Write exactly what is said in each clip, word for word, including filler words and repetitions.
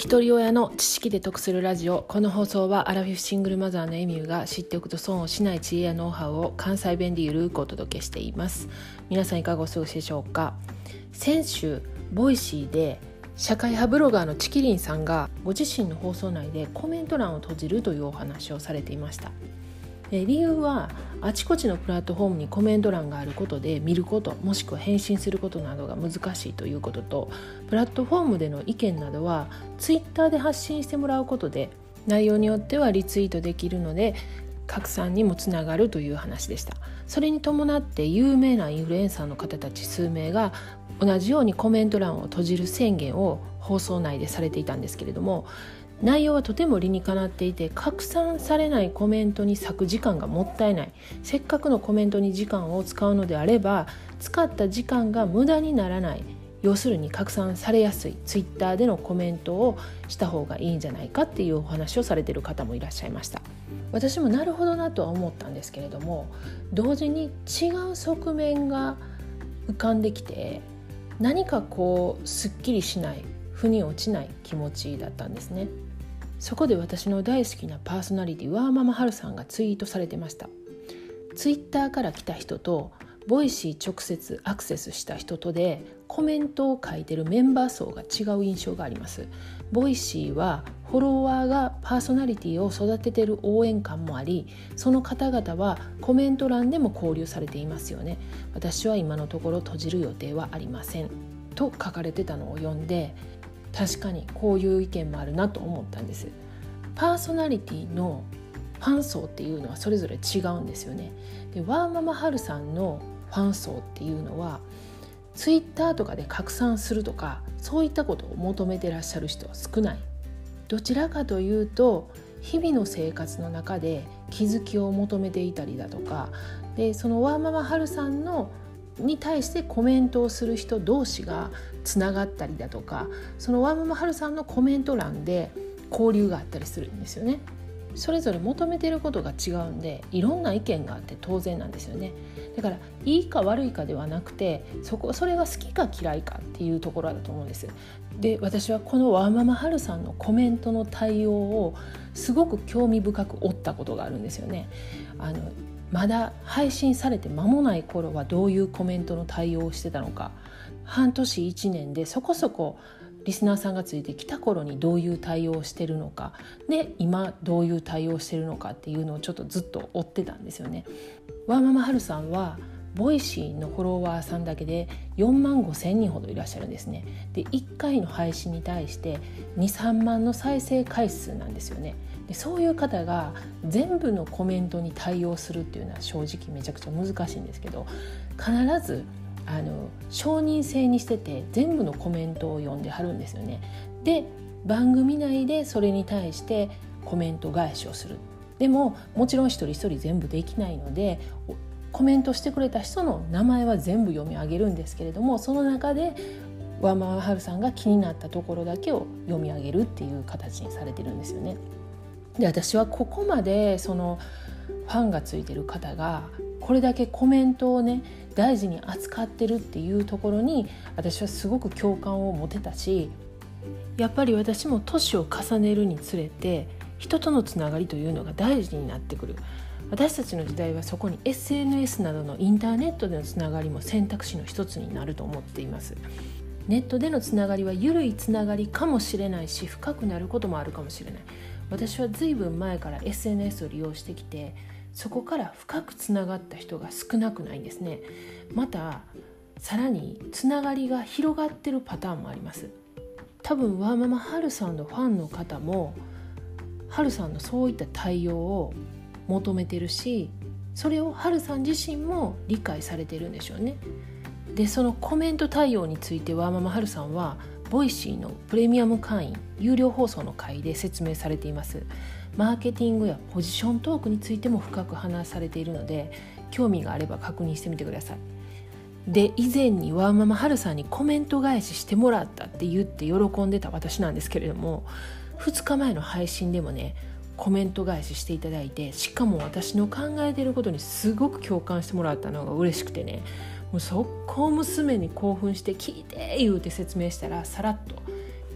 一人親の知識で得するラジオ。この放送はアラフィフシングルマザーのエミューが知っておくと損をしない知恵やノウハウを関西弁でゆるくお届けしています。皆さんいかがお過ごしでしょうか。先週ボイシーで社会派ブロガーのチキリンさんがご自身の放送内でコメント欄を閉じるというお話をされていました。理由はあちこちのプラットフォームにコメント欄があることで見ることもしくは返信することなどが難しいということと、プラットフォームでの意見などはツイッターで発信してもらうことで内容によってはリツイートできるので拡散にもつながるという話でした。それに伴って有名なインフルエンサーの方たち数名が同じようにコメント欄を閉じる宣言を放送内でされていたんですけれども、内容はとても理にかなっていて、拡散されないコメントに割く時間がもったいない、せっかくのコメントに時間を使うのであれば使った時間が無駄にならない、要するに拡散されやすいツイッターでのコメントをした方がいいんじゃないかっていうお話をされている方もいらっしゃいました。私もなるほどなとは思ったんですけれども、同時に違う側面が浮かんできて、何かこうすっきりしない、腑に落ちない気持ちだったんですね。そこで私の大好きなパーソナリティワーママハルさんがツイートされてました。ツイッターから来た人とボイシー直接アクセスした人とでコメントを書いてるメンバー層が違う印象があります。ボイシーはフォロワーがパーソナリティを育ててる応援感もあり、その方々はコメント欄でも交流されていますよね。私は今のところ閉じる予定はありませんと書かれてたのを読んで、確かにこういう意見もあるなと思ったんです。パーソナリティのファン層っていうのはそれぞれ違うんですよね。で、ワーママハルさんのファン層っていうのはツイッターとかで拡散するとかそういったことを求めてらっしゃる人は少ない。どちらかというと日々の生活の中で気づきを求めていたりだとかで、そのワーママハルさんのに対してコメントをする人同士がつながったりだとか、そのワーママハルさんのコメント欄で交流があったりするんですよね。それぞれ求めていることが違うんで、いろんな意見があって当然なんですよね。だからいいか悪いかではなくて、そこそれが好きか嫌いかっていうところだと思うんです。で、私はこのワーママハルさんのコメントの対応をすごく興味深く追ったことがあるんですよね。あのまだ配信されて間もない頃はどういうコメントの対応をしてたのか、半年いちねんでそこそこリスナーさんがついてきた頃にどういう対応をしてるのかで、今どういう対応をしてるのかっていうのをちょっとずっと追ってたんですよね。ワーママハルさんはボイシーのフォロワーさんだけでよんまんごせんにんほどいらっしゃるんですね。で、いっかいの配信に対してに、さんまんの再生回数なんですよね。で、そういう方が全部のコメントに対応するっていうのは正直めちゃくちゃ難しいんですけど、必ずあの承認制にしてて全部のコメントを読んではるんですよね。で、番組内でそれに対してコメント返しをする。でももちろん一人一人全部できないので、コメントしてくれた人の名前は全部読み上げるんですけれども、その中でワーママハルさんが気になったところだけを読み上げるっていう形にされてるんですよね。で、私はここまでそのファンがついてる方がこれだけコメントをね大事に扱ってるっていうところに私はすごく共感を持てたし、やっぱり私も年を重ねるにつれて人とのつながりというのが大事になってくる。私たちの時代はそこに エスエヌエス などのインターネットでのつながりも選択肢の一つになると思っています。ネットでのつながりは緩いつながりかもしれないし、深くなることもあるかもしれない。私はずいぶん前から エスエヌエス を利用してきて、そこから深くつながった人が少なくないんですね。またさらにつながりが広がってるパターンもあります。多分ワーママハルさんのファンの方もハルさんのそういった対応を求めてるし、それをハルさん自身も理解されてるんでしょうね。で、そのコメント対応についてワーママハルさんはボイシーのプレミアム会員有料放送の回で説明されています。マーケティングやポジショントークについても深く話されているので、興味があれば確認してみてください。で、以前にワーママハルさんにコメント返ししてもらったって言って喜んでた私なんですけれども、ふつかまえの配信でもねコメント返ししていただいて、しかも私の考えていることにすごく共感してもらったのが嬉しくてね、もう速攻娘に興奮して聞いて言うて説明したら、さらっと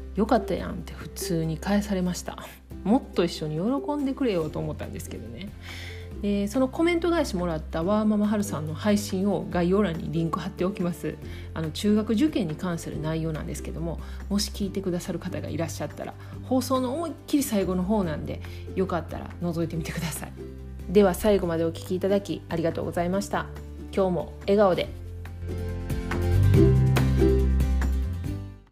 よかったやんって普通に返されました。もっと一緒に喜んでくれよと思ったんですけどね。でそのコメント返しもらったワーママハルさんの配信を概要欄にリンク貼っておきます。あの中学受験に関する内容なんですけども、もし聞いてくださる方がいらっしゃったら、放送の思いっきり最後の方なんで、よかったら覗いてみてください。では最後までお聞きいただきありがとうございました。今日も笑顔で